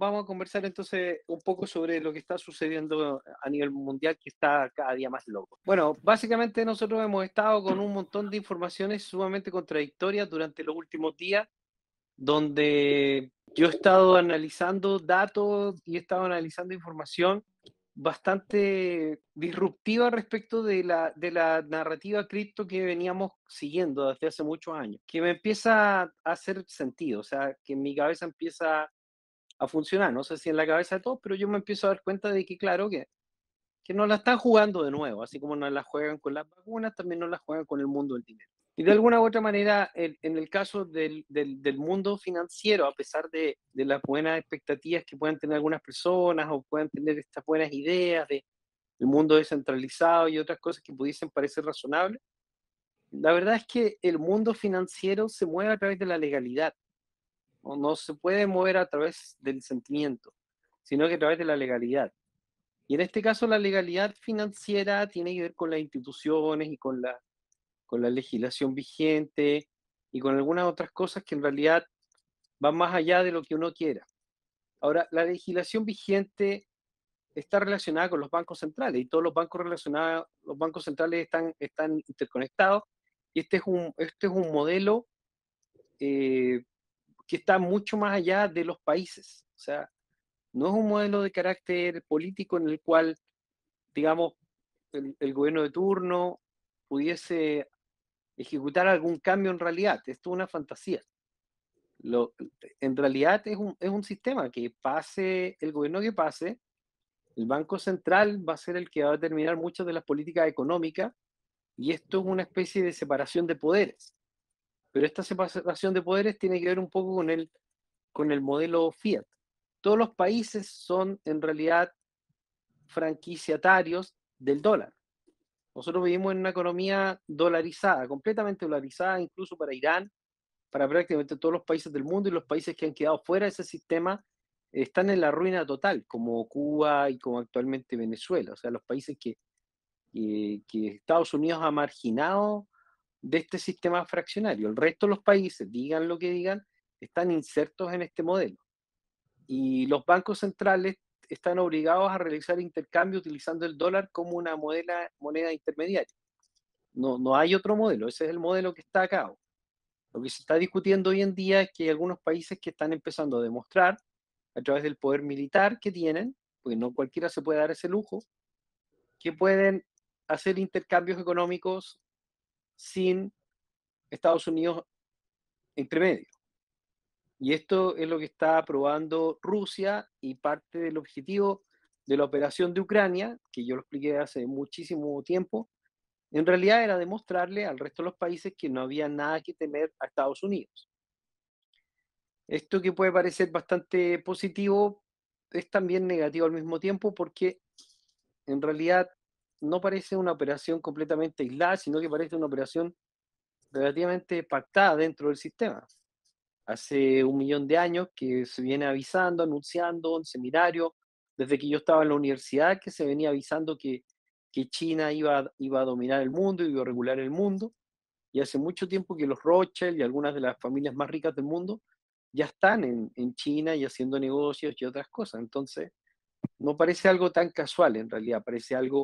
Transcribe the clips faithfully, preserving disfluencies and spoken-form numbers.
vamos a conversar entonces un poco sobre lo que está sucediendo a nivel mundial, que está cada día más loco. Bueno, básicamente nosotros hemos estado con un montón de informaciones sumamente contradictorias durante los últimos días, donde yo he estado analizando datos y he estado analizando información bastante disruptiva respecto de la, de la narrativa cripto que veníamos siguiendo desde hace muchos años, que me empieza a hacer sentido, o sea, que en mi cabeza empieza a funcionar. No sé si en la cabeza de todos, pero yo me empiezo a dar cuenta de que, claro, que, que nos la están jugando de nuevo, así como nos la juegan con las vacunas, también nos la juegan con el mundo del dinero. Y de alguna u otra manera, en, en el caso del, del, del, mundo financiero, a pesar de, de, las buenas expectativas que puedan tener algunas personas o puedan tener estas buenas ideas de, del mundo descentralizado y otras cosas que pudiesen parecer razonables, la verdad es que el mundo financiero se mueve a través de la legalidad. No, no se puede mover a través del sentimiento, sino que a través de la legalidad. Y en este caso la legalidad financiera tiene que ver con las instituciones y con la, con la legislación vigente y con algunas otras cosas que en realidad van más allá de lo que uno quiera. Ahora, la legislación vigente está relacionada con los bancos centrales y todos los bancos relacionados, los bancos centrales están, están interconectados y este es un, este es un modelo eh, que está mucho más allá de los países. O sea, no es un modelo de carácter político en el cual, digamos, el, el gobierno de turno pudiese ejecutar algún cambio en realidad. Esto es una fantasía. Lo, en realidad es un, es un sistema que pase el gobierno que pase, el Banco Central va a ser el que va a determinar muchas de las políticas económicas y esto es una especie de separación de poderes. Pero esta separación de poderes tiene que ver un poco con el, con el modelo Fiat. Todos los países son en realidad franquiciatarios del dólar. Nosotros vivimos en una economía dolarizada, completamente dolarizada, incluso para Irán, para prácticamente todos los países del mundo, y los países que han quedado fuera de ese sistema están en la ruina total, como Cuba y como actualmente Venezuela. O sea, los países que, que, que Estados Unidos ha marginado de este sistema fraccionario. El resto de los países, digan lo que digan, están insertos en este modelo. Y los bancos centrales están obligados a realizar intercambio utilizando el dólar como una moneda, moneda intermediaria. No, no hay otro modelo, ese es el modelo que está a cabo. Lo que se está discutiendo hoy en día es que hay algunos países que están empezando a demostrar, a través del poder militar que tienen, porque no cualquiera se puede dar ese lujo, que pueden hacer intercambios económicos sin Estados Unidos entre medio. Y esto es lo que está aprobando Rusia y parte del objetivo de la operación de Ucrania, que yo lo expliqué hace muchísimo tiempo, en realidad era demostrarle al resto de los países que no había nada que temer a Estados Unidos. Esto que puede parecer bastante positivo es también negativo al mismo tiempo porque en realidad no parece una operación completamente aislada, sino que parece una operación relativamente pactada dentro del sistema. Hace un millón de años que se viene avisando, anunciando en seminarios, desde que yo estaba en la universidad, que se venía avisando que, que China iba, iba a dominar el mundo, iba a regular el mundo, y hace mucho tiempo que los Rothschild y algunas de las familias más ricas del mundo ya están en, en China y haciendo negocios y otras cosas. Entonces, no parece algo tan casual en realidad, parece algo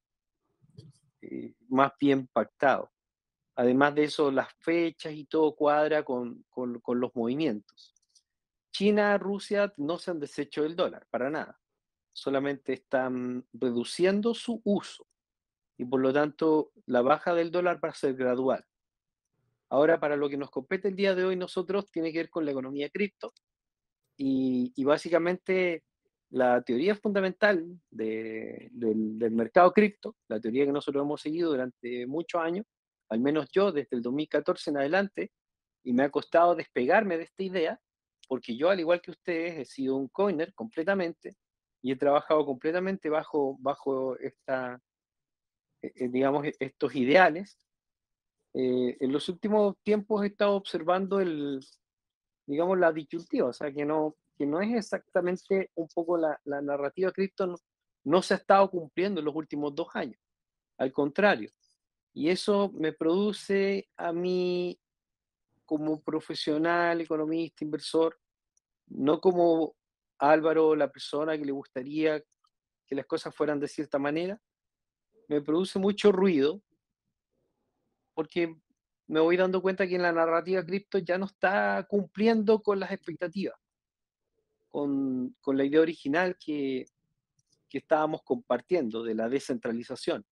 eh, más bien pactado. Además de eso, las fechas y todo cuadra con, con, con los movimientos. China, Rusia no se han deshecho del dólar, para nada. Solamente están reduciendo su uso y por lo tanto la baja del dólar va a ser gradual. Ahora, para lo que nos compete el día de hoy nosotros, tiene que ver con la economía cripto y, y básicamente la teoría fundamental de, del, del mercado cripto, la teoría que nosotros hemos seguido durante muchos años, al menos yo desde el dos mil catorce en adelante, y me ha costado despegarme de esta idea, porque yo, al igual que ustedes, he sido un coiner completamente y he trabajado completamente bajo, bajo esta, eh, digamos, estos ideales. Eh, en los últimos tiempos he estado observando el, digamos, la disyuntiva, o sea, que no, que no es exactamente un poco la, la narrativa cripto, no, no se ha estado cumpliendo en los últimos dos años, al contrario. Y eso me produce a mí como profesional, economista, inversor, no como Álvaro, la persona que le gustaría que las cosas fueran de cierta manera, me produce mucho ruido porque me voy dando cuenta que la narrativa cripto ya no está cumpliendo con las expectativas, con, con la idea original que, que estábamos compartiendo de la descentralización.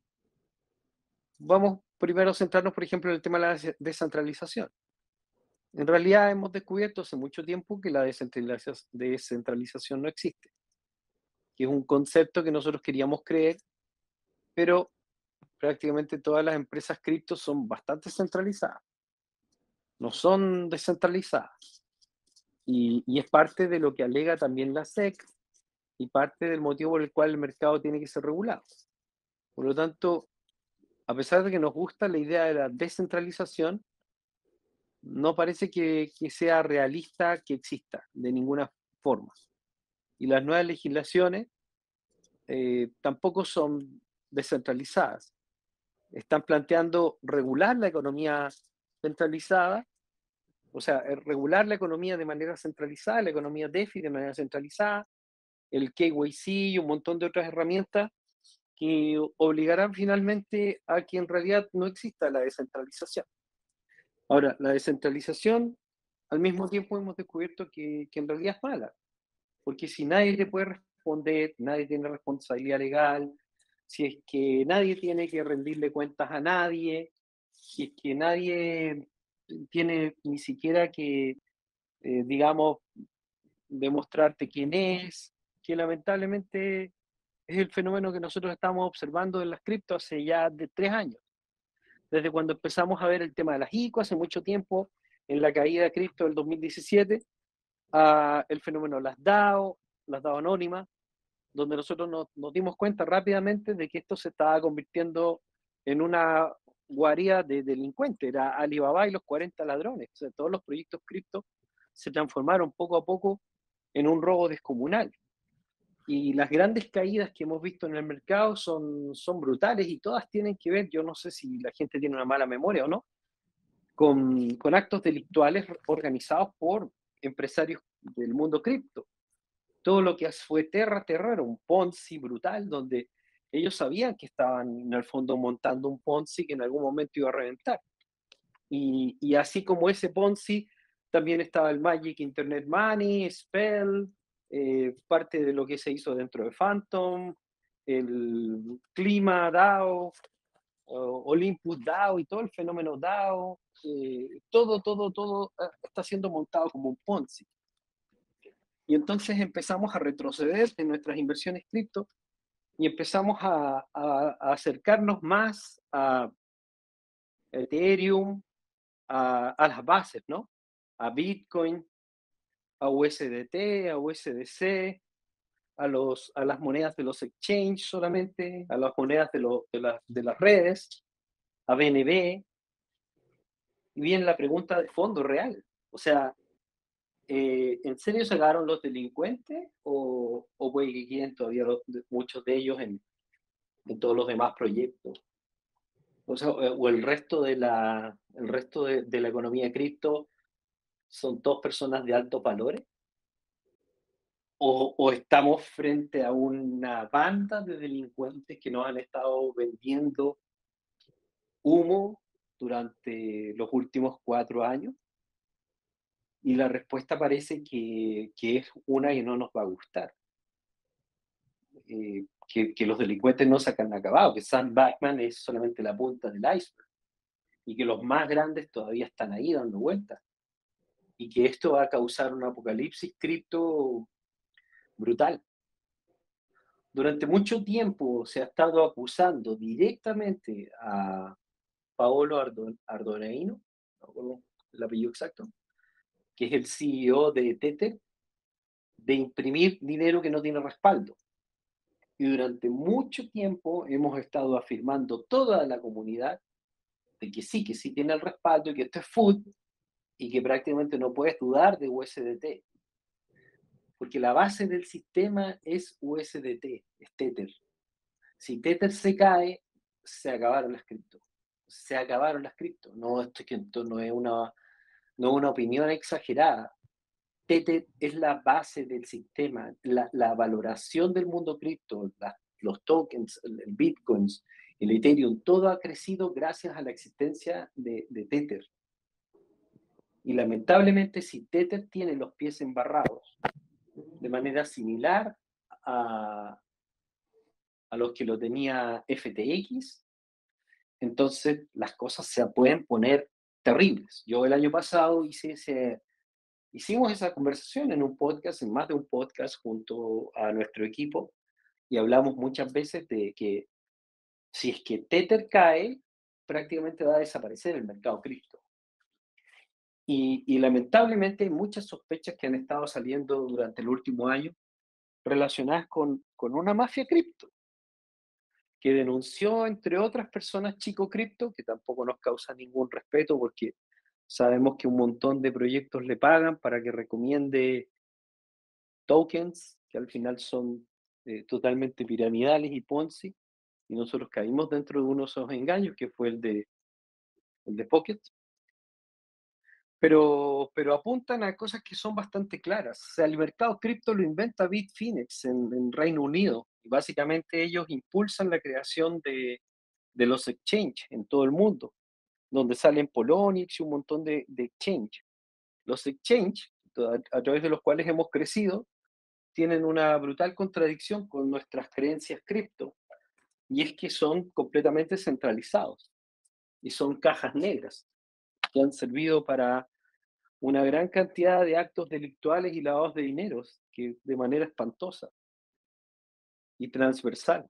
Vamos primero a centrarnos, por ejemplo, en el tema de la descentralización. En realidad hemos descubierto hace mucho tiempo que la descentralización no existe, que es un concepto que nosotros queríamos creer, pero prácticamente todas las empresas cripto son bastante centralizadas, no son descentralizadas. Y, y es parte de lo que alega también la S E C y parte del motivo por el cual el mercado tiene que ser regulado. Por lo tanto, a pesar de que nos gusta la idea de la descentralización, no parece que, que sea realista que exista de ninguna forma. Y las nuevas legislaciones eh, tampoco son descentralizadas. Están planteando regular la economía centralizada, o sea, eh, regular la economía de manera centralizada, la economía DeFi de manera centralizada, el K Y C y un montón de otras herramientas que obligarán finalmente a que en realidad no exista la descentralización. Ahora, la descentralización, al mismo tiempo hemos descubierto que, que en realidad es mala, porque si nadie te puede responder, nadie tiene responsabilidad legal, si es que nadie tiene que rendirle cuentas a nadie, si es que nadie tiene ni siquiera que, eh, digamos, demostrarte quién es, que lamentablemente es el fenómeno que nosotros estamos observando en las cripto hace ya de tres años. Desde cuando empezamos a ver el tema de las I C O hace mucho tiempo, en la caída de cripto del dos mil diecisiete, a el fenómeno de las DAO, las DAO anónimas, donde nosotros nos, nos dimos cuenta rápidamente de que esto se estaba convirtiendo en una guarida de delincuentes, era Alibaba y los cuarenta ladrones. O sea, todos los proyectos cripto se transformaron poco a poco en un robo descomunal. Y las grandes caídas que hemos visto en el mercado son, son brutales y todas tienen que ver, yo no sé si la gente tiene una mala memoria o no, con, con actos delictuales organizados por empresarios del mundo cripto. Todo lo que fue Terra Terra era un Ponzi brutal, donde ellos sabían que estaban en el fondo montando un Ponzi que en algún momento iba a reventar. Y, y así como ese Ponzi, también estaba el Magic Internet Money, Spell, eh, parte de lo que se hizo dentro de Phantom, el Clima DAO, Olympus DAO y todo el fenómeno DAO, eh, todo, todo, todo está siendo montado como un Ponzi. Y entonces empezamos a retroceder en nuestras inversiones cripto y empezamos a, a, a acercarnos más a Ethereum, a, a las bases, ¿no? A Bitcoin, a U S D T, a U S D C, a, los, a las monedas de los exchanges solamente, a las monedas de, lo, de, la, de las redes, a B N B. Y viene la pregunta de fondo real. O sea, eh, ¿en serio se acabaron los delincuentes o, o puede que queden todavía los, muchos de ellos en, en todos los demás proyectos? O sea, o el resto de la, el resto de, de la economía cripto son todas personas de altos valores. O, o estamos frente a una banda de delincuentes que nos han estado vendiendo humo durante los últimos cuatro años. Y la respuesta parece que, que es una que no nos va a gustar. Eh, que, que, los delincuentes no se han acabado, que Sam Bankman es solamente la punta del iceberg y que los más grandes todavía están ahí dando vueltas y que esto va a causar un apocalipsis cripto brutal. Durante mucho tiempo se ha estado acusando directamente a Paolo Ardoneino, no el apellido exacto, que es el C E O de Tether, de imprimir dinero que no tiene respaldo. Y durante mucho tiempo hemos estado afirmando toda la comunidad de que sí, que sí tiene el respaldo y que esto es food y que prácticamente no puedes dudar de U S D T. Porque la base del sistema es U S D T, es Tether. Si Tether se cae, se acabaron las cripto. Se acabaron las cripto. No, esto, esto no, es una, no es una opinión exagerada. Tether es la base del sistema, la, la valoración del mundo cripto, la- los tokens, el, el bitcoins, el Ethereum, todo ha crecido gracias a la existencia de, de Tether. Y lamentablemente, si Tether tiene los pies embarrados de manera similar a, a los que lo tenía F T X, entonces las cosas se pueden poner terribles. Yo el año pasado hice ese, hicimos esa conversación en un podcast, en más de un podcast junto a nuestro equipo, y hablamos muchas veces de que si es que Tether cae, prácticamente va a desaparecer el mercado cripto. Y, y lamentablemente hay muchas sospechas que han estado saliendo durante el último año relacionadas con, con una mafia cripto, que denunció, entre otras personas, Chico Cripto, que tampoco nos causa ningún respeto porque sabemos que un montón de proyectos le pagan para que recomiende tokens, que al final son eh, totalmente piramidales y Ponzi, y nosotros caímos dentro de uno de esos engaños, que fue el de, el de Pocket, pero, pero apuntan a cosas que son bastante claras. O sea, el mercado cripto lo inventa Bitfinex en, en Reino Unido, y básicamente ellos impulsan la creación de, de los exchanges en todo el mundo, donde salen Poloniex y un montón de, de exchange. Los exchange, a, a través de los cuales hemos crecido, tienen una brutal contradicción con nuestras creencias cripto, y es que son completamente centralizados y son cajas negras que han servido para una gran cantidad de actos delictuales y lavados de dineros que de manera espantosa y transversal.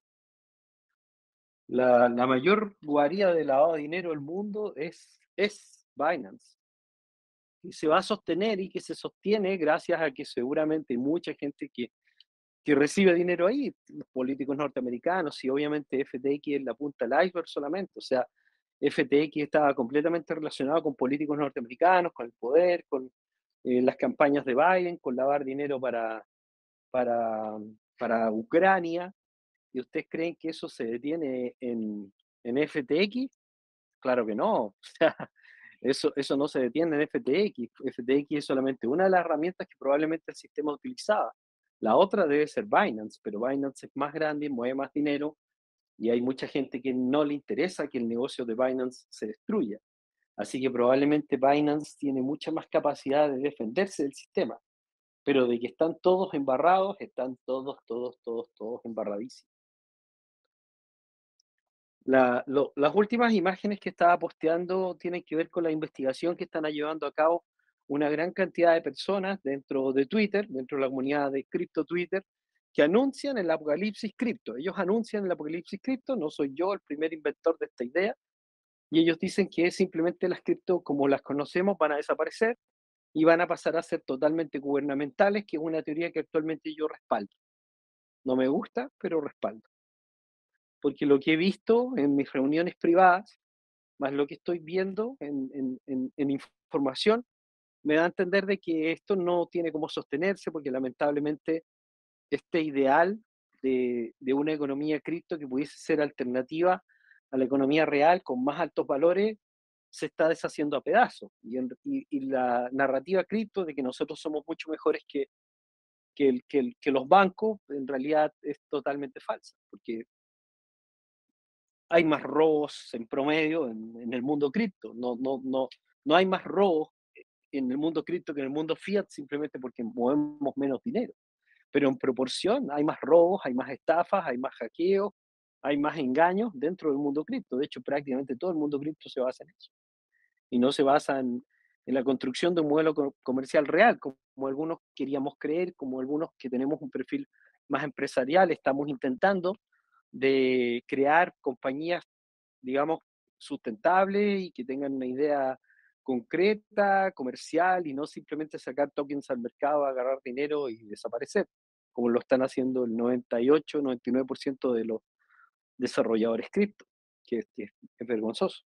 La, la mayor guarida de lavado de dinero del mundo es, es Binance, y se va a sostener y que se sostiene gracias a que seguramente hay mucha gente que que recibe dinero ahí, los políticos norteamericanos, y obviamente F T X es la punta del iceberg solamente. O sea, F T X estaba completamente relacionado con políticos norteamericanos, con el poder, con eh, las campañas de Biden, con lavar dinero para, para, para Ucrania. ¿Y ustedes creen que eso se detiene en, en F T X? Claro que no. O sea, eso, eso no se detiene en F T X. F T X es solamente una de las herramientas que probablemente el sistema utilizaba. La otra debe ser Binance, pero Binance es más grande, mueve más dinero y hay mucha gente que no le interesa que el negocio de Binance se destruya. Así que probablemente Binance tiene mucha más capacidad de defenderse del sistema, pero de que están todos embarrados, están todos, todos, todos, todos embarradísimos. La, lo, las últimas imágenes que estaba posteando tienen que ver con la investigación que están llevando a cabo una gran cantidad de personas dentro de Twitter, dentro de la comunidad de cripto Twitter, que anuncian el apocalipsis cripto. Ellos anuncian el apocalipsis cripto, no soy yo el primer inventor de esta idea, y ellos dicen que simplemente las cripto como las conocemos van a desaparecer y van a pasar a ser totalmente gubernamentales, que es una teoría que actualmente yo respaldo. No me gusta, pero respaldo. Porque lo que he visto en mis reuniones privadas más lo que estoy viendo en, en, en, en, información, me da a entender de que esto no tiene cómo sostenerse porque lamentablemente este ideal de, de una economía cripto que pudiese ser alternativa a la economía real con más altos valores se está deshaciendo a pedazos. Y, en, y, y la narrativa cripto de que nosotros somos mucho mejores que, que, el, que, el, que los bancos en realidad es totalmente falsa, porque hay más robos en promedio en, en el mundo cripto. No, no, no, no hay más robos en el mundo cripto que en el mundo fiat simplemente porque movemos menos dinero. Pero en proporción hay más robos, hay más estafas, hay más hackeos, hay más engaños dentro del mundo cripto. De hecho, prácticamente todo el mundo cripto se basa en eso. Y no se basa en, en la construcción de un modelo co comercial real, como, como algunos queríamos creer, como algunos que tenemos un perfil más empresarial, estamos intentando de crear compañías, digamos, sustentables y que tengan una idea concreta, comercial, y no simplemente sacar tokens al mercado, agarrar dinero y desaparecer, como lo están haciendo el noventa y ocho, noventa y nueve por ciento de los desarrolladores cripto, que, que es vergonzoso.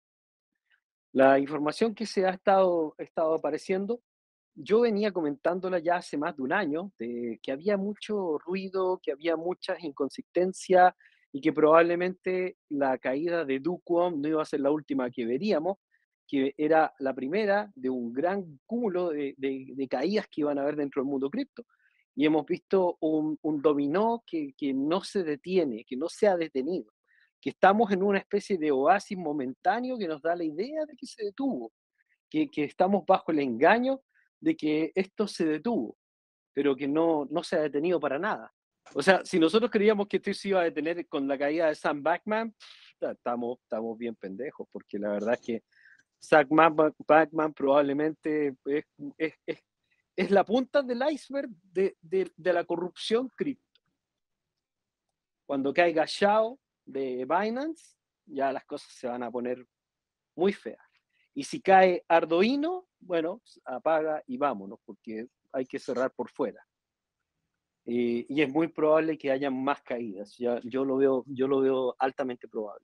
La información que se ha estado, estado apareciendo, yo venía comentándola ya hace más de un año, de que había mucho ruido, que había muchas inconsistencias y que probablemente la caída de Duquom no iba a ser la última que veríamos, que era la primera de un gran cúmulo de, de- de caídas que iban a haber dentro del mundo cripto. Y hemos visto un, un dominó que, que no se detiene, que no se ha detenido, que estamos en una especie de oasis momentáneo que nos da la idea de que se detuvo, que, que estamos bajo el engaño de que esto se detuvo, pero que no, no se ha detenido para nada. O sea, si nosotros creíamos que esto se iba a detener con la caída de Sam Backman, estamos, estamos bien pendejos, porque la verdad es que Sam Backman probablemente es, es, es, es la punta del iceberg de, de, de la corrupción cripto. Cuando caiga Shao de Binance, ya las cosas se van a poner muy feas. Y si cae Arduino, bueno, apaga y vámonos, porque hay que cerrar por fuera. Eh, y es muy probable que haya más caídas. Ya, yo, lo veo, yo lo veo altamente probable.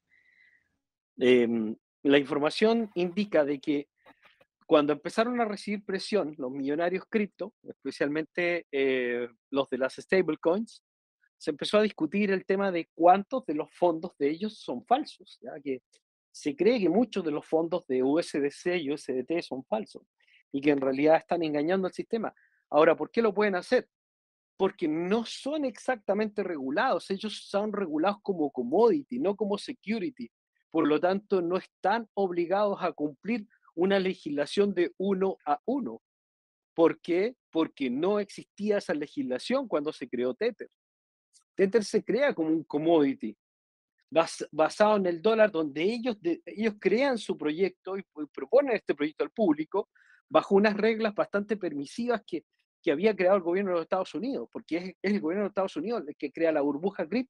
Eh, la información indica de que cuando empezaron a recibir presión los millonarios cripto, especialmente eh, los de las stablecoins, se empezó a discutir el tema de cuántos de los fondos de ellos son falsos, ya que se cree que muchos de los fondos de U S D C y U S D T son falsos y que en realidad están engañando al sistema. Ahora, ¿por qué lo pueden hacer? Porque no son exactamente regulados, ellos son regulados como commodity, no como security. Por lo tanto, no están obligados a cumplir una legislación de uno a uno. ¿Por qué? Porque no existía esa legislación cuando se creó Tether. Tether se crea como un commodity bas, basado en el dólar, donde ellos, de, ellos crean su proyecto y, y proponen este proyecto al público bajo unas reglas bastante permisivas que, que había creado el gobierno de los Estados Unidos, porque es, es el gobierno de los Estados Unidos el que crea la burbuja cripto.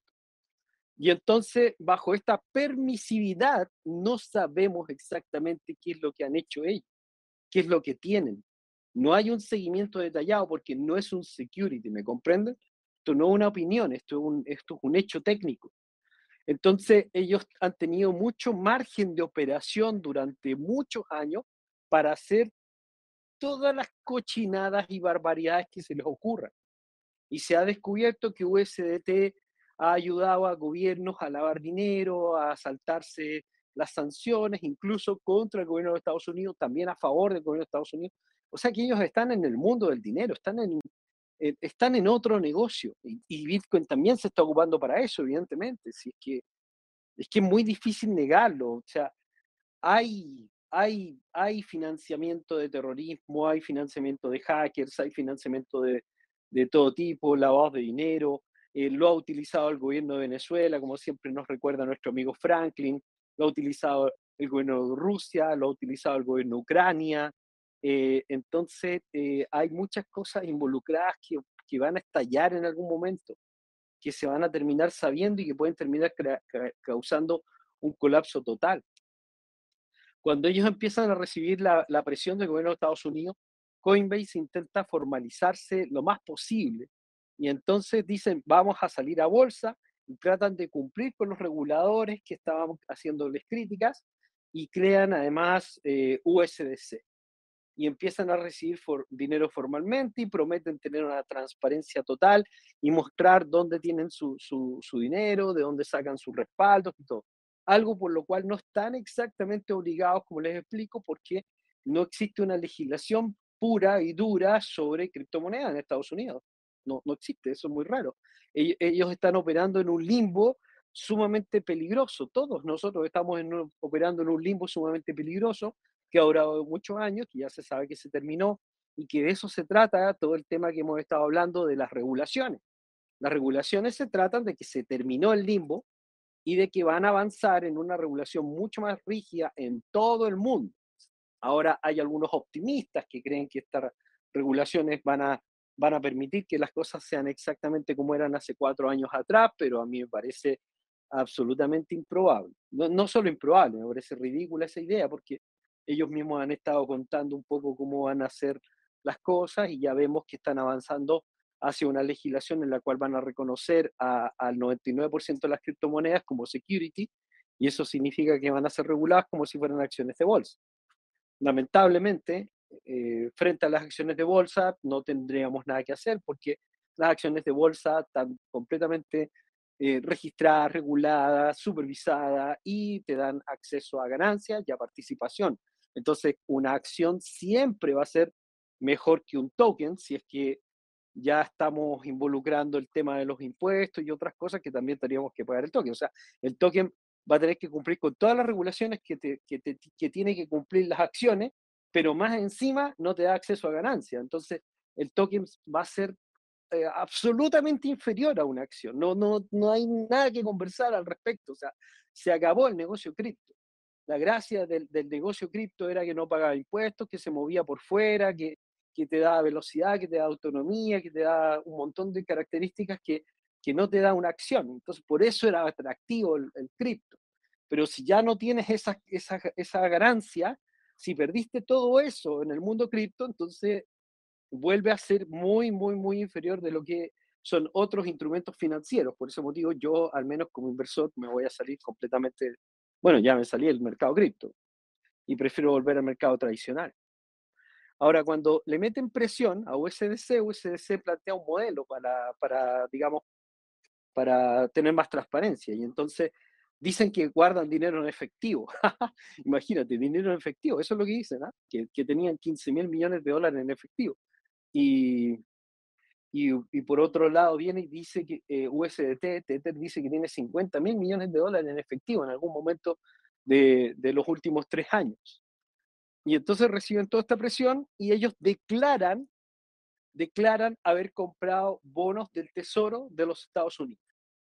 Y entonces, bajo esta permisividad, no sabemos exactamente qué es lo que han hecho ellos, qué es lo que tienen. No hay un seguimiento detallado porque no es un security, ¿me comprenden? Esto no es una opinión, esto es un, esto es un hecho técnico. Entonces, ellos han tenido mucho margen de operación durante muchos años para hacer todas las cochinadas y barbaridades que se les ocurran. Y se ha descubierto que U S D T ha ayudado a gobiernos a lavar dinero, a saltarse las sanciones, incluso contra el gobierno de Estados Unidos, también a favor del gobierno de Estados Unidos. O sea que ellos están en el mundo del dinero, están en, eh, están en otro negocio. Y, y Bitcoin también se está ocupando para eso, evidentemente. Si es que es que es muy difícil negarlo. O sea, hay, hay, hay financiamiento de terrorismo, hay financiamiento de hackers, hay financiamiento de, de todo tipo, lavado de dinero. Eh, lo ha utilizado el gobierno de Venezuela, como siempre nos recuerda nuestro amigo Franklin, lo ha utilizado el gobierno de Rusia, lo ha utilizado el gobierno de Ucrania. Eh, entonces, eh, hay muchas cosas involucradas que, que van a estallar en algún momento, que se van a terminar sabiendo y que pueden terminar causando un colapso total. Cuando ellos empiezan a recibir la, la presión del gobierno de Estados Unidos, Coinbase intenta formalizarse lo más posible y entonces dicen vamos a salir a bolsa y tratan de cumplir con los reguladores que estaban haciéndoles críticas y crean además eh, U S D C y empiezan a recibir for, dinero formalmente y prometen tener una transparencia total y mostrar dónde tienen su, su, su dinero, de dónde sacan sus respaldos y todo. Algo por lo cual no están exactamente obligados, como les explico, porque no existe una legislación pura y dura sobre criptomonedas en Estados Unidos. No, no existe, eso es muy raro. Ellos, ellos están operando en un limbo sumamente peligroso. Todos nosotros estamos en un, operando en un limbo sumamente peligroso que ha durado muchos años, que ya se sabe que se terminó y que de eso se trata todo el tema que hemos estado hablando de las regulaciones. Las regulaciones se tratan de que se terminó el limbo y de que van a avanzar en una regulación mucho más rígida en todo el mundo. Ahora hay algunos optimistas que creen que estas regulaciones van a, van a permitir que las cosas sean exactamente como eran hace cuatro años atrás, pero a mí me parece absolutamente improbable. No, no solo improbable, me parece ridícula esa idea, porque ellos mismos han estado contando un poco cómo van a ser las cosas y ya vemos que están avanzando hacia una legislación en la cual van a reconocer a, al noventa y nueve por ciento de las criptomonedas como security, y eso significa que van a ser reguladas como si fueran acciones de bolsa. Lamentablemente, eh, frente a las acciones de bolsa no tendríamos nada que hacer porque las acciones de bolsa están completamente eh, registrada, regulada, supervisada y te dan acceso a ganancias y a participación. Entonces, una acción siempre va a ser mejor que un token si es que ya estamos involucrando el tema de los impuestos y otras cosas que también tendríamos que pagar el token. O sea, el token va a tener que cumplir con todas las regulaciones que, te, que, te, que tiene que cumplir las acciones, pero más encima no te da acceso a ganancia. Entonces, el token va a ser eh, absolutamente inferior a una acción. No, no, no hay nada que conversar al respecto. O sea, se acabó el negocio cripto. La gracia del, del negocio cripto era que no pagaba impuestos, que se movía por fuera, que, que te da velocidad, que te da autonomía, que te da un montón de características que, que no te da una acción. Entonces, por eso era atractivo el, el cripto. Pero si ya no tienes esa, esa, esa ganancia, si perdiste todo eso en el mundo cripto, entonces vuelve a ser muy, muy, muy inferior de lo que son otros instrumentos financieros. Por ese motivo, yo, al menos como inversor, me voy a salir completamente, bueno, ya me salí del mercado cripto y prefiero volver al mercado tradicional. Ahora, cuando le meten presión a U S D C, U S D C plantea un modelo para, para digamos, para tener más transparencia. Y entonces dicen que guardan dinero en efectivo. Imagínate, dinero en efectivo. Eso es lo que dicen, ¿ah? que, que tenían quince mil millones de dólares en efectivo. Y, y, y por otro lado viene y dice que eh, U S D T, Tether dice que tiene cincuenta mil millones de dólares en efectivo en algún momento de, de los últimos tres años. Y entonces reciben toda esta presión y ellos declaran, declaran haber comprado bonos del Tesoro de los Estados Unidos.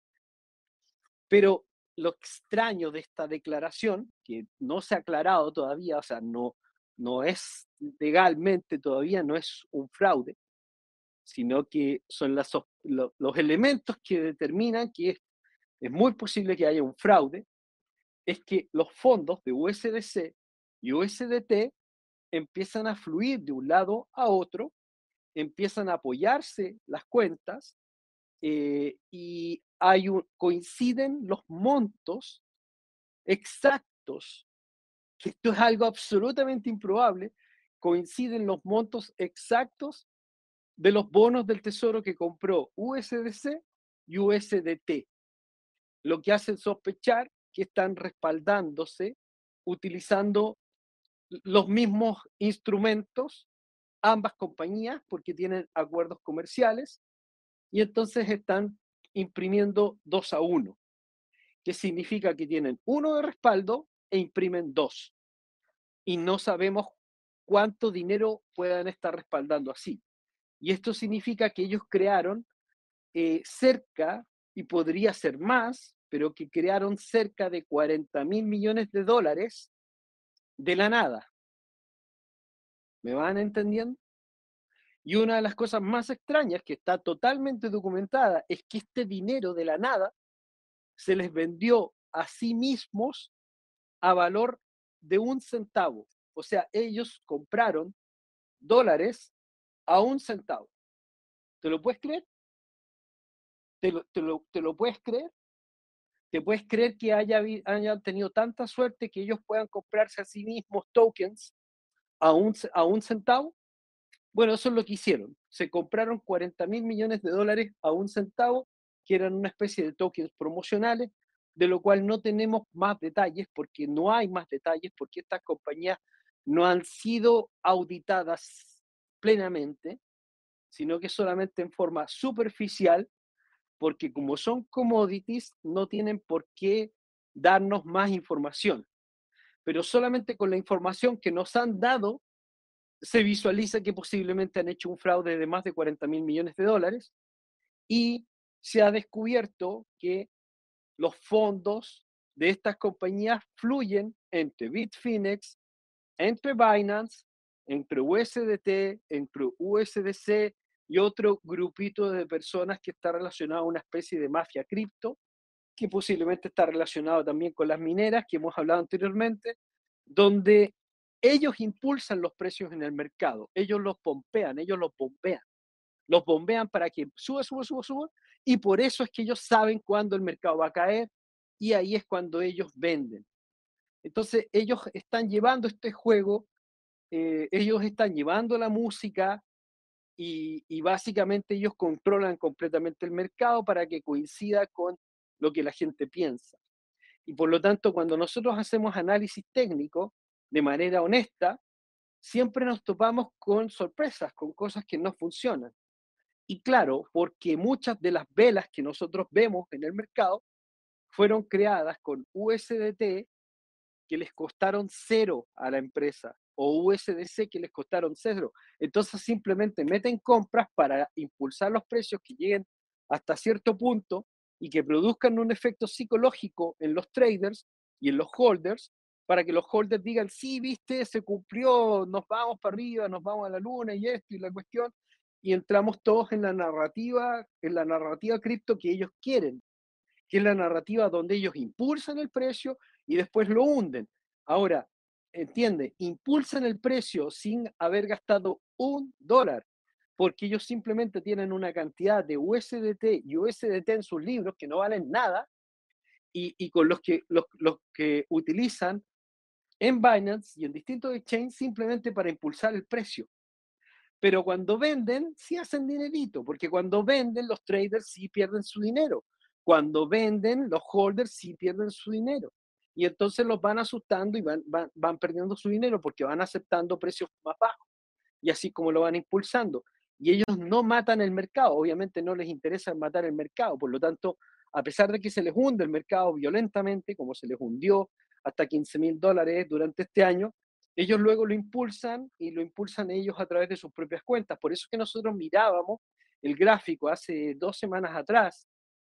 Pero lo extraño de esta declaración, que no se ha aclarado todavía, o sea, no, no es legalmente todavía, no es un fraude, sino que son las, los, los elementos que determinan que es, es muy posible que haya un fraude, es que los fondos de U S D C y U S D T empiezan a fluir de un lado a otro, empiezan a apoyarse las cuentas eh, y hay un, coinciden los montos exactos, que esto es algo absolutamente improbable, coinciden los montos exactos de los bonos del tesoro que compró U S D C y U S D T, lo que hace sospechar que están respaldándose utilizando los mismos instrumentos, ambas compañías, porque tienen acuerdos comerciales, y entonces están imprimiendo dos a uno, que significa que tienen uno de respaldo e imprimen dos. Y no sabemos cuánto dinero puedan estar respaldando así. Y esto significa que ellos crearon eh, cerca, y podría ser más, pero que crearon cerca de cuarenta mil millones de dólares de la nada. ¿Me van entendiendo? Y una de las cosas más extrañas que está totalmente documentada es que este dinero de la nada se les vendió a sí mismos a valor de un centavo. O sea, ellos compraron dólares a un centavo. ¿Te lo puedes creer? ¿Te lo, te lo, te lo puedes creer? ¿Te puedes creer que haya, hayan tenido tanta suerte que ellos puedan comprarse a sí mismos tokens a un, a un centavo? Bueno, eso es lo que hicieron. Se compraron cuarenta mil millones de dólares a un centavo, que eran una especie de tokens promocionales, de lo cual no tenemos más detalles, porque no hay más detalles, porque estas compañías no han sido auditadas plenamente, sino que solamente en forma superficial, porque como son commodities, no tienen por qué darnos más información. Pero solamente con la información que nos han dado, se visualiza que posiblemente han hecho un fraude de más de cuarenta mil millones de dólares y se ha descubierto que los fondos de estas compañías fluyen entre Bitfinex, entre Binance, entre U S D T, entre U S D C y otro grupito de personas que está relacionado a una especie de mafia cripto, que posiblemente está relacionado también con las mineras que hemos hablado anteriormente, donde ellos impulsan los precios en el mercado, ellos los pompean, ellos los bombean, los bombean para que suba, suba, suba, suba, y por eso es que ellos saben cuándo el mercado va a caer, y ahí es cuando ellos venden. Entonces ellos están llevando este juego, eh, ellos están llevando la música, y, y básicamente ellos controlan completamente el mercado para que coincida con lo que la gente piensa. Y por lo tanto, cuando nosotros hacemos análisis técnico de manera honesta, siempre nos topamos con sorpresas, con cosas que no funcionan. Y claro, porque muchas de las velas que nosotros vemos en el mercado fueron creadas con U S D T que les costaron cero a la empresa o U S D C que les costaron cero. Entonces simplemente meten compras para impulsar los precios que lleguen hasta cierto punto y que produzcan un efecto psicológico en los traders y en los holders para que los holders digan, sí, viste, se cumplió, nos vamos para arriba, nos vamos a la luna y esto y la cuestión, y entramos todos en la narrativa, en la narrativa cripto que ellos quieren, que es la narrativa donde ellos impulsan el precio y después lo hunden. Ahora, entiende, impulsan el precio sin haber gastado un dólar, porque ellos simplemente tienen una cantidad de U S D T y U S D T en sus libros que no valen nada y, y con los que, los, los que utilizan en Binance y en distintos exchanges simplemente para impulsar el precio. Pero cuando venden, sí hacen dinerito, porque cuando venden, los traders sí pierden su dinero. Cuando venden, los holders sí pierden su dinero. Y entonces los van asustando y van, van, van perdiendo su dinero porque van aceptando precios más bajos. Y así como lo van impulsando. Y ellos no matan el mercado, obviamente no les interesa matar el mercado. Por lo tanto, a pesar de que se les hunde el mercado violentamente, como se les hundió hasta quince mil dólares durante este año, ellos luego lo impulsan y lo impulsan ellos a través de sus propias cuentas. Por eso es que nosotros mirábamos el gráfico hace dos semanas atrás,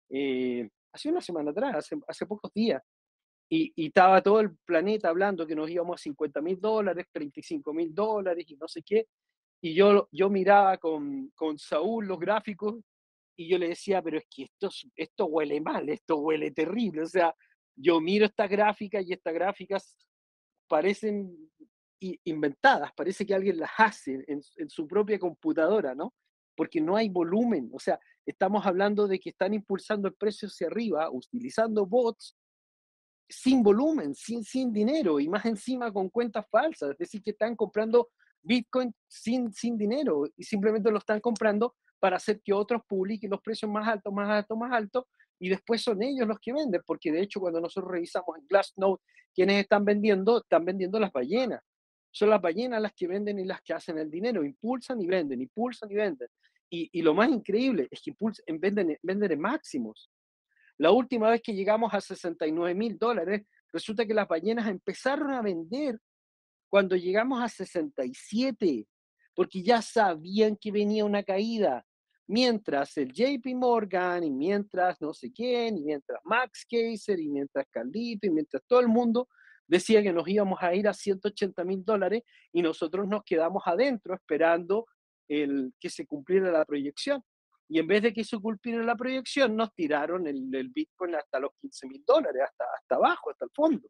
eh, hace una semana atrás, hace, hace pocos días, y, y, estaba todo el planeta hablando que nos íbamos a cincuenta mil dólares, treinta y cinco mil dólares y no sé qué. Y yo, yo miraba con, con Saúl los gráficos y yo le decía, pero es que esto, esto huele mal, esto huele terrible. O sea, yo miro estas gráficas y estas gráficas parecen inventadas, parece que alguien las hace en, en su propia computadora, ¿no? Porque no hay volumen, o sea, estamos hablando de que están impulsando el precio hacia arriba, utilizando bots sin volumen, sin, sin dinero y más encima con cuentas falsas, es decir, que están comprando Bitcoin sin, sin dinero y simplemente lo están comprando para hacer que otros publiquen los precios más altos, más altos, más altos y después son ellos los que venden, porque de hecho cuando nosotros revisamos en Glassnode quienes están vendiendo, están vendiendo las ballenas. Son las ballenas las que venden y las que hacen el dinero, impulsan y venden, impulsan y venden. Y, y lo más increíble es que impulsan, venden, venden en máximos. La última vez que llegamos a sesenta y nueve mil dólares, resulta que las ballenas empezaron a vender cuando llegamos a sesenta y siete, porque ya sabían que venía una caída. Mientras el J P Morgan, y mientras no sé quién, y mientras Max Kaiser, y mientras Carlito, y mientras todo el mundo decía que nos íbamos a ir a ciento ochenta mil dólares, y nosotros nos quedamos adentro esperando el, que se cumpliera la proyección. Y en vez de que se cumpliera la proyección, nos tiraron el, el Bitcoin hasta los quince mil dólares, hasta, hasta abajo, hasta el fondo.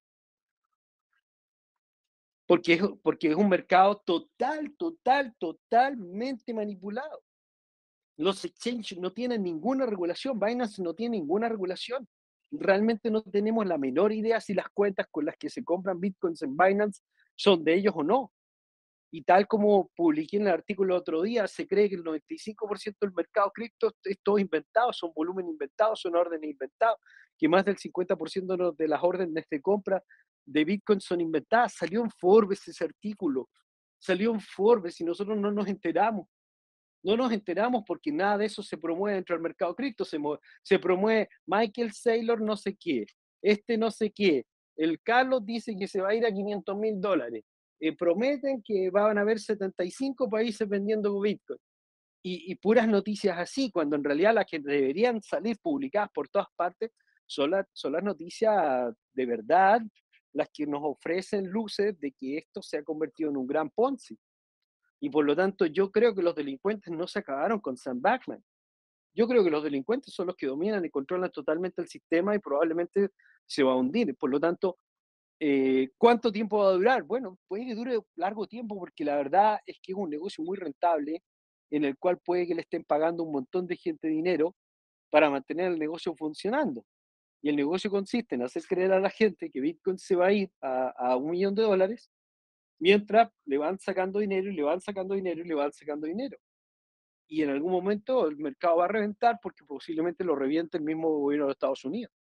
Porque es, porque es un mercado total, total, totalmente manipulado. Los exchanges no tienen ninguna regulación, Binance no tiene ninguna regulación. Realmente no tenemos la menor idea si las cuentas con las que se compran bitcoins en Binance son de ellos o no. Y tal como publiqué en el artículo el otro día, se cree que el noventa y cinco por ciento del mercado cripto es todo inventado, son volumen inventados, son órdenes inventadas, que más del cincuenta por ciento de las órdenes de compra de Bitcoin son inventadas. Salió en Forbes ese artículo, salió en Forbes y nosotros no nos enteramos. No nos enteramos porque nada de eso se promueve dentro del mercado cripto, se, se promueve Michael Saylor no sé qué, este no sé qué, el Carlos dice que se va a ir a quinientos mil dólares, eh, prometen que van a haber setenta y cinco países vendiendo Bitcoin. Y, y, puras noticias así, cuando en realidad las que deberían salir publicadas por todas partes son, la, son las noticias de verdad, las que nos ofrecen luces de que esto se ha convertido en un gran Ponzi. Y por lo tanto, yo creo que los delincuentes no se acabaron con Sam Backman. Yo creo que los delincuentes son los que dominan y controlan totalmente el sistema y probablemente se va a hundir. Por lo tanto, eh, ¿cuánto tiempo va a durar? Bueno, puede que dure largo tiempo porque la verdad es que es un negocio muy rentable en el cual puede que le estén pagando un montón de gente dinero para mantener el negocio funcionando. Y el negocio consiste en hacer creer a la gente que Bitcoin se va a ir a, a un millón de dólares mientras le van sacando dinero y le van sacando dinero y le van sacando dinero. Y en algún momento el mercado va a reventar porque posiblemente lo reviente el mismo gobierno de Estados Unidos.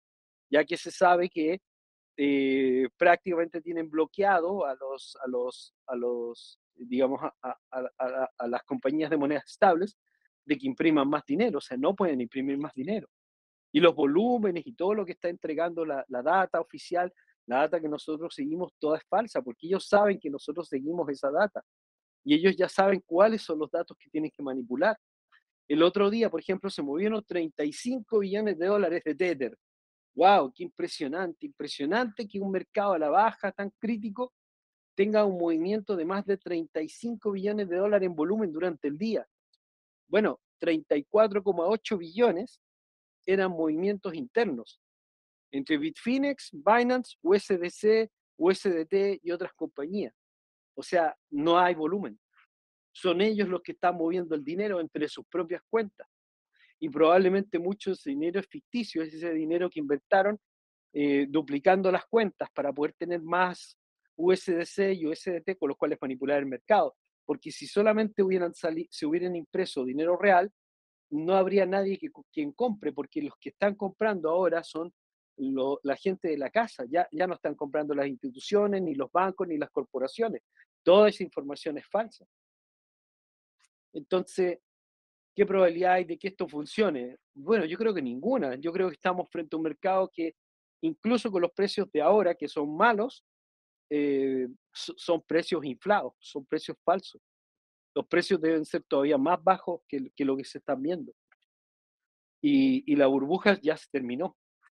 ya que se sabe que eh, prácticamente tienen bloqueado a los, a los, a los digamos, a, a, a, a, a las compañías de monedas estables de que impriman más dinero, o sea, no pueden imprimir más dinero. Y los volúmenes y todo lo que está entregando la, la data oficial, la data que nosotros seguimos, toda es falsa, porque ellos saben que nosotros seguimos esa data y ellos ya saben cuáles son los datos que tienen que manipular. El otro día, por ejemplo, se movieron treinta y cinco billones de dólares de Tether. ¡Wow! ¡Qué impresionante! Impresionante que un mercado a la baja tan crítico tenga un movimiento de más de treinta y cinco billones de dólares en volumen durante el día. Bueno, treinta y cuatro coma ocho billones eran movimientos internos entre Bitfinex, Binance, U S D C, U S D T y otras compañías. O sea, no hay volumen. Son ellos los que están moviendo el dinero entre sus propias cuentas. Y probablemente mucho de ese dinero es ficticio, es ese dinero que invertaron eh, duplicando las cuentas para poder tener más U S D C y U S D T con los cuales manipular el mercado. Porque si solamente hubieran sali- se hubieran impreso dinero real, no habría nadie que, quien compre, porque los que están comprando ahora son lo, la gente de la casa, ya, ya no están comprando las instituciones, ni los bancos, ni las corporaciones. Toda esa información es falsa. Entonces, ¿qué probabilidad hay de que esto funcione? Bueno, yo creo que ninguna. Yo creo que estamos frente a un mercado que, incluso con los precios de ahora, que son malos, eh, son precios inflados, son precios falsos. Los precios deben ser todavía más bajos que, que lo que se están viendo. Y, y la burbuja ya se terminó.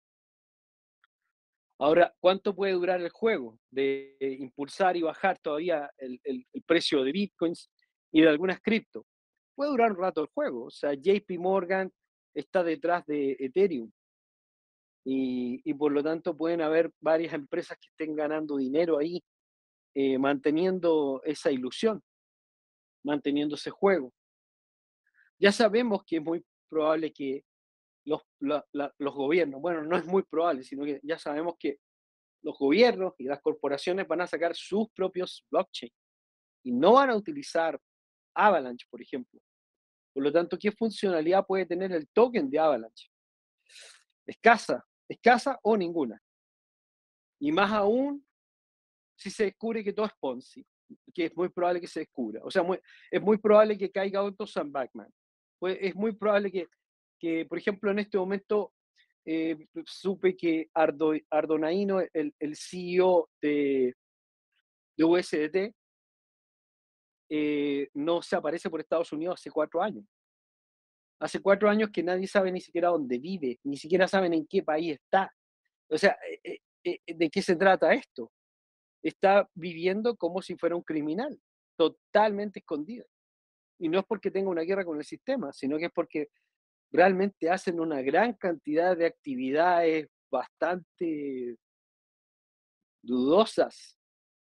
Ahora, ¿cuánto puede durar el juego de impulsar y bajar todavía el, el, el precio de bitcoins y de algunas cripto? Puede durar un rato el juego. O sea, J P Morgan está detrás de Ethereum y, y por lo tanto pueden haber varias empresas que estén ganando dinero ahí, eh, manteniendo esa ilusión, manteniendo ese juego. Ya sabemos que es muy probable que los, la, la, los gobiernos, bueno, no es muy probable, sino que ya sabemos que los gobiernos y las corporaciones van a sacar sus propios blockchain y no van a utilizar Avalanche, por ejemplo. Por lo tanto, ¿qué funcionalidad puede tener el token de Avalanche? Escasa, escasa o ninguna. Y más aún si se descubre que todo es Ponzi, que es muy probable que se descubra. O sea, muy, es muy probable que caiga otro Sam Backman. Pues es muy probable que, que, por ejemplo, en este momento eh, supe que Ardo, Ardonaino, el, el C E O de, de U S D T, eh, no se aparece por Estados Unidos hace cuatro años. Hace cuatro años que nadie sabe ni siquiera dónde vive, ni siquiera saben en qué país está. O sea, eh, eh, eh, ¿de qué se trata esto? Está viviendo como si fuera un criminal, totalmente escondido. Y no es porque tenga una guerra con el sistema, sino que es porque realmente hacen una gran cantidad de actividades bastante dudosas.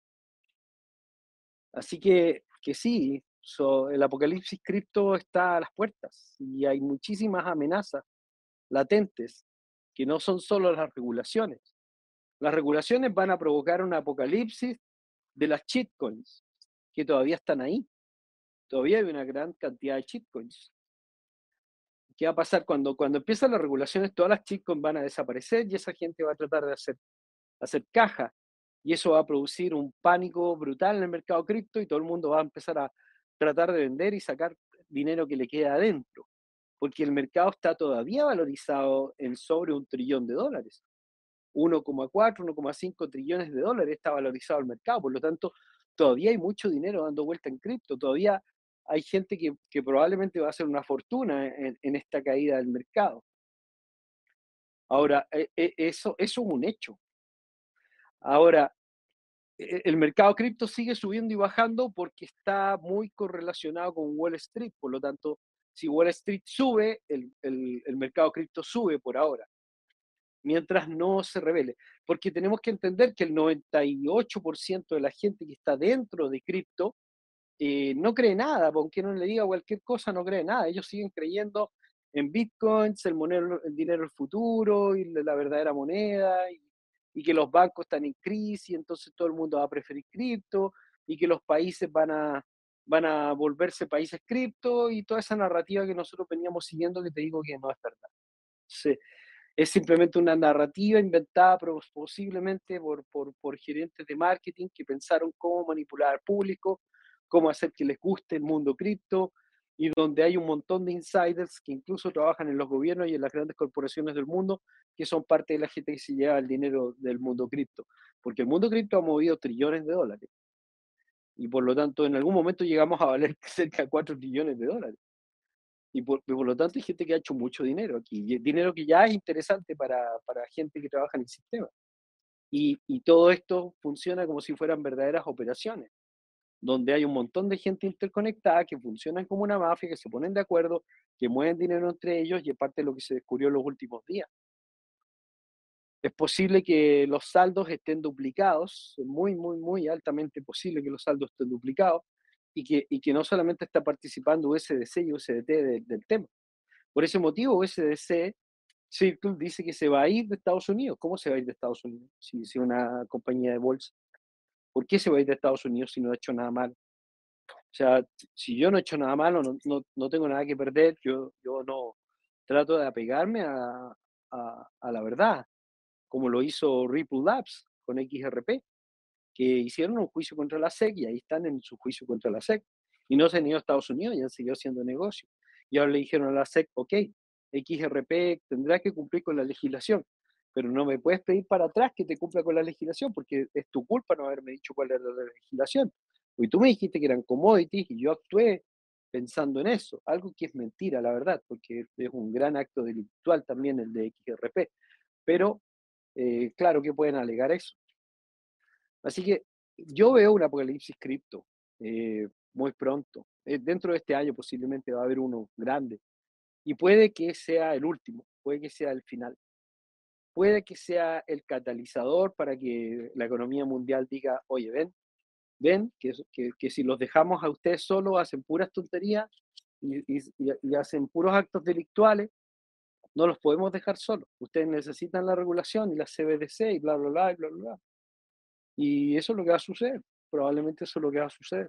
Así que, que sí, so, el apocalipsis cripto está a las puertas y hay muchísimas amenazas latentes que no son solo las regulaciones. Las regulaciones van a provocar un apocalipsis de las shitcoins, que todavía están ahí. Todavía hay una gran cantidad de shitcoins. ¿Qué va a pasar cuando, cuando empiezan las regulaciones? Todas las shitcoins van a desaparecer y esa gente va a tratar de hacer, hacer caja. Y eso va a producir un pánico brutal en el mercado cripto y todo el mundo va a empezar a tratar de vender y sacar dinero que le queda adentro. Porque el mercado está todavía valorizado en sobre un trillón de dólares. uno coma cuatro, uno coma cinco trillones de dólares está valorizado el mercado. Por lo tanto, todavía hay mucho dinero dando vuelta en cripto. Todavía hay gente que, que probablemente va a hacer una fortuna en, en esta caída del mercado. Ahora, eh, eh, eso, eso es un hecho. Ahora, eh, el mercado cripto sigue subiendo y bajando porque está muy correlacionado con Wall Street. Por lo tanto, si Wall Street sube, el, el, el mercado cripto sube por ahora, mientras no se revele. Porque tenemos que entender que el noventa y ocho por ciento de la gente que está dentro de cripto eh, no cree nada, aunque no le diga cualquier cosa, no cree nada. Ellos siguen creyendo en bitcoins, el, monero, el dinero del futuro y la verdadera moneda, y, y que los bancos están en crisis, entonces todo el mundo va a preferir cripto, y que los países van a, van a volverse países cripto, y toda esa narrativa que nosotros veníamos siguiendo, que te digo que no es verdad. Sí. es simplemente una narrativa inventada pero posiblemente por, por, por gerentes de marketing que pensaron cómo manipular al público, cómo hacer que les guste el mundo cripto, y donde hay un montón de insiders que incluso trabajan en los gobiernos y en las grandes corporaciones del mundo, que son parte de la gente que se lleva el dinero del mundo cripto. Porque el mundo cripto ha movido trillones de dólares. Y por lo tanto, en algún momento llegamos a valer cerca de cuatro trillones de dólares. Y por, por lo tanto hay gente que ha hecho mucho dinero aquí, y dinero que ya es interesante para, para gente que trabaja en el sistema. Y, y todo esto funciona como si fueran verdaderas operaciones, donde hay un montón de gente interconectada que funcionan como una mafia, que se ponen de acuerdo, que mueven dinero entre ellos, y es parte de lo que se descubrió en los últimos días. Es posible que los saldos estén duplicados, es muy, muy, muy altamente posible que los saldos estén duplicados, y que, y que no solamente está participando U S D C y U S D T de, del tema. Por ese motivo, U S D C Circle dice que se va a ir de Estados Unidos. ¿Cómo se va a ir de Estados Unidos si es una compañía de bolsa? ¿Por qué se va a ir de Estados Unidos si no ha hecho nada malo? O sea, si yo no he hecho nada malo, no, no, no tengo nada que perder, yo, yo no trato de apegarme a, a, a la verdad, como lo hizo Ripple Labs con X R P, que hicieron un juicio contra la S E C y ahí están en su juicio contra la S E C. Y no se han ido a Estados Unidos y han seguido haciendo negocio. Y ahora le dijeron a la S E C, ok, X R P tendrá que cumplir con la legislación, pero no me puedes pedir para atrás que te cumpla con la legislación porque es tu culpa no haberme dicho cuál era la legislación. Y tú me dijiste que eran commodities y yo actué pensando en eso, algo que es mentira, la verdad, porque es un gran acto delictual también el de X R P. Pero, eh, claro que pueden alegar eso. Así que yo veo un apocalipsis cripto eh, muy pronto. Eh, dentro de este año posiblemente va a haber uno grande. Y puede que sea el último, puede que sea el final. Puede que sea el catalizador para que la economía mundial diga, oye, ven, ven, que, que, que si los dejamos a ustedes solos hacen puras tonterías y, y, y hacen puros actos delictuales, no los podemos dejar solos. Ustedes necesitan la regulación y la C B D C y bla, bla, bla, y bla, bla, bla. Y eso es lo que va a suceder. Probablemente eso es lo que va a suceder.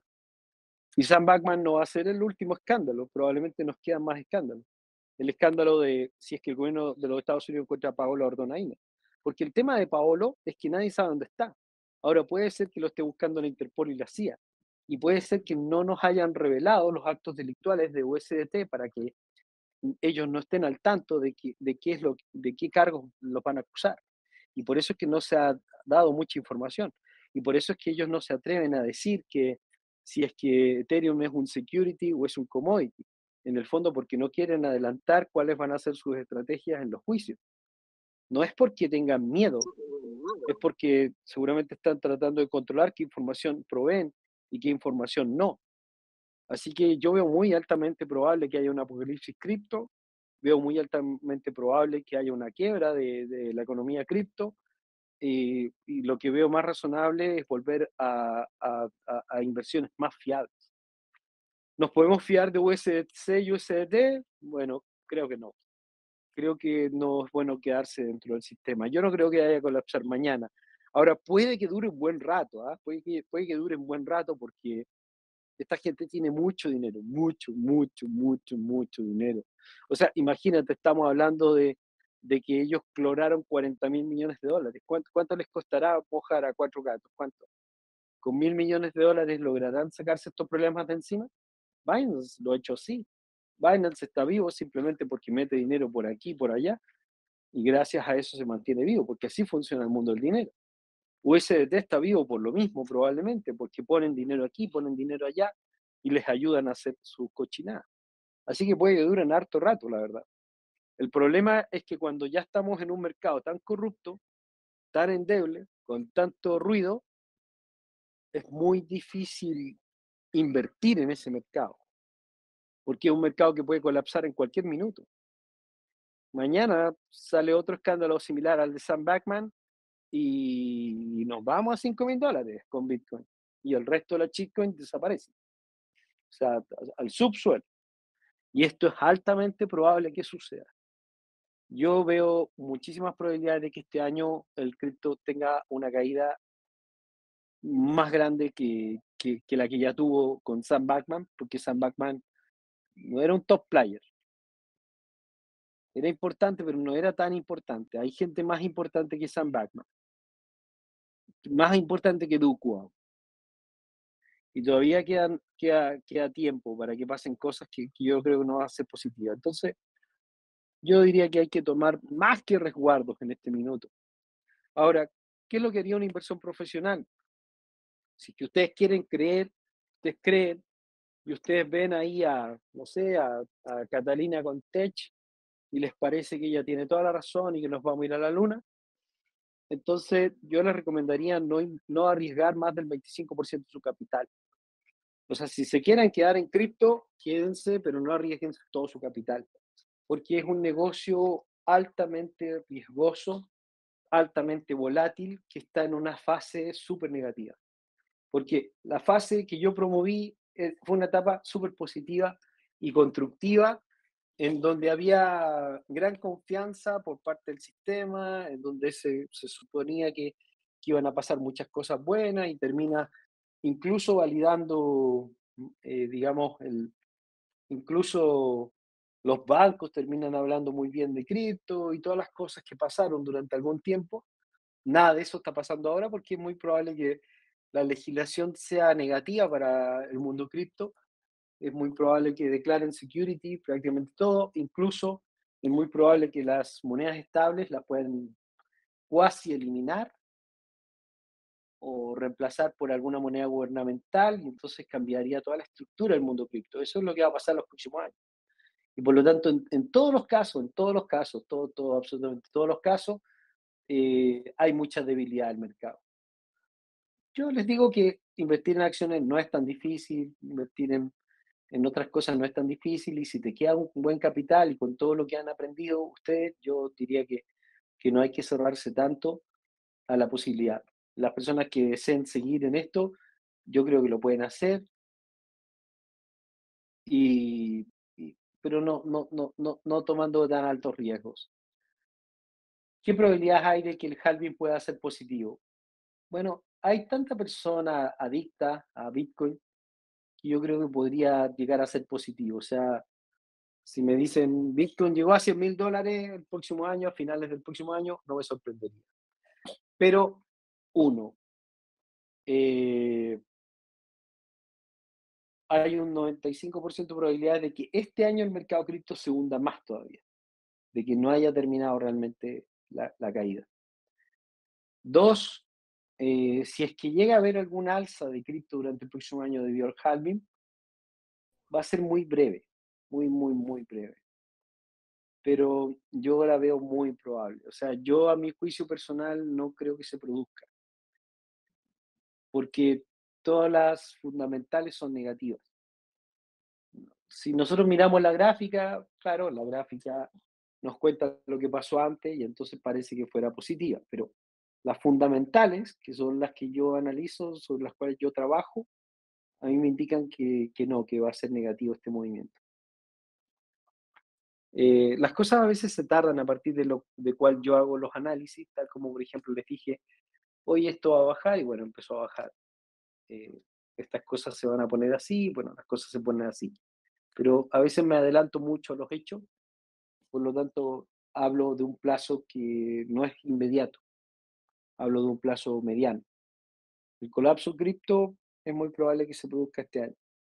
Y Sam Backman no va a ser el último escándalo, probablemente nos quedan más escándalos. El escándalo de si es que el gobierno de los Estados Unidos encuentra a Paolo Ordonaina. Porque el tema de Paolo es que nadie sabe dónde está. Ahora puede ser que lo esté buscando la Interpol y la C I A. Y puede ser que no nos hayan revelado los actos delictuales de U S D T para que ellos no estén al tanto de, que, de, qué, es lo, de qué cargos los van a acusar. Y por eso es que no se ha dado mucha información. Y por eso es que ellos no se atreven a decir que si es que Ethereum es un security o es un commodity. En el fondo porque no quieren adelantar cuáles van a ser sus estrategias en los juicios. No es porque tengan miedo, es porque seguramente están tratando de controlar qué información proveen y qué información no. Así que yo veo muy altamente probable que haya un apocalipsis cripto, veo muy altamente probable que haya una quiebra de, de la economía cripto, y, y, lo que veo más razonable es volver a, a, a, a inversiones más fiables. ¿Nos podemos fiar de U S D C y U S D T? Bueno, creo que no. Creo que no es bueno quedarse dentro del sistema. Yo no creo que vaya a colapsar mañana. Ahora, puede que dure un buen rato, ¿eh? puede, que, puede que dure un buen rato porque esta gente tiene mucho dinero, mucho, mucho, mucho, mucho dinero. O sea, imagínate, estamos hablando de, de que ellos clonaron cuarenta mil millones de dólares. ¿Cuánto, ¿Cuánto les costará mojar a cuatro gatos? ¿Cuánto? ¿Con mil millones de dólares lograrán sacarse estos problemas de encima? Binance lo ha hecho así. Binance está vivo simplemente porque mete dinero por aquí y por allá, y gracias a eso se mantiene vivo, porque así funciona el mundo del dinero. U S D T está vivo por lo mismo, probablemente, porque ponen dinero aquí, ponen dinero allá y les ayudan a hacer su cochinada. Así que puede que duren harto rato, la verdad. El problema es que cuando ya estamos en un mercado tan corrupto, tan endeble, con tanto ruido, es muy difícil invertir en ese mercado, porque es un mercado que puede colapsar en cualquier minuto. Mañana sale otro escándalo similar al de Sam Backman y nos vamos a cinco mil dólares con Bitcoin y el resto de la shitcoin desaparece, o sea, al subsuelo. Y esto es altamente probable que suceda. Yo veo muchísimas probabilidades de que este año el cripto tenga una caída más grande que, que, que la que ya tuvo con Sam Backman, porque Sam Backman no era un top player. Era importante, pero no era tan importante. Hay gente más importante que Sam Backman, más importante que Do Kwon, y todavía quedan, queda, queda tiempo para que pasen cosas que, que yo creo que no van a ser positivas. Entonces, yo diría que hay que tomar más que resguardos en este minuto. Ahora, ¿qué es lo que haría una inversión profesional? Si que ustedes quieren creer, ustedes creen, y ustedes ven ahí a, no sé, a, a Catalina con Tech, y les parece que ella tiene toda la razón y que nos vamos a ir a la luna, entonces yo les recomendaría no, no arriesgar más del veinticinco por ciento de su capital. O sea, si se quieren quedar en cripto, quédense, pero no arriesguen todo su capital, porque es un negocio altamente riesgoso, altamente volátil, que está en una fase súper negativa. Porque la fase que yo promoví eh, fue una etapa súper positiva y constructiva, en donde había gran confianza por parte del sistema, en donde se, se suponía que, que, iban a pasar muchas cosas buenas y termina incluso validando, eh, digamos, el, incluso los bancos terminan hablando muy bien de cripto y todas las cosas que pasaron durante algún tiempo. Nada de eso está pasando ahora porque es muy probable que la legislación sea negativa para el mundo cripto. Es muy probable que declaren security prácticamente todo, incluso es muy probable que las monedas estables las puedan cuasi eliminar o reemplazar por alguna moneda gubernamental y entonces cambiaría toda la estructura del mundo cripto. Eso es lo que va a pasar en los próximos años. Y por lo tanto, en, en todos los casos, en todos los casos, todo, todo, absolutamente todos los casos, eh, hay mucha debilidad del mercado. Yo les digo que invertir en acciones no es tan difícil, invertir en, en otras cosas no es tan difícil, y si te queda un buen capital y con todo lo que han aprendido ustedes, yo diría que, que no hay que cerrarse tanto a la posibilidad. Las personas que deseen seguir en esto, yo creo que lo pueden hacer, y, y- pero no, no, no, no, no tomando tan altos riesgos. ¿Qué probabilidades hay de que el halving pueda ser positivo? Bueno, hay tanta persona adicta a Bitcoin que yo creo que podría llegar a ser positivo. O sea, si me dicen Bitcoin llegó a cien mil dólares el próximo año, a finales del próximo año, no me sorprendería. Pero, uno, eh, hay un noventa y cinco por ciento de probabilidad de que este año el mercado cripto se hunda más todavía, de que no haya terminado realmente la, la caída. Dos, eh, si es que llega a haber alguna alza de cripto durante el próximo año debido al halving, va a ser muy breve, muy, muy, muy breve. Pero yo la veo muy improbable. O sea, yo a mi juicio personal no creo que se produzca, porque todas las fundamentales son negativas. Si nosotros miramos la gráfica, claro, la gráfica nos cuenta lo que pasó antes y entonces parece que fuera positiva, pero las fundamentales, que son las que yo analizo, sobre las cuales yo trabajo, a mí me indican que, que no, que va a ser negativo este movimiento. Eh, las cosas a veces se tardan a partir de lo de cual yo hago los análisis, tal como por ejemplo le dije, hoy esto va a bajar y bueno, empezó a bajar. Eh, estas cosas se van a poner así, bueno, las cosas se ponen así. Pero a veces me adelanto mucho a los hechos, por lo tanto hablo de un plazo que no es inmediato, hablo de un plazo mediano. El colapso cripto es muy probable que se produzca este año.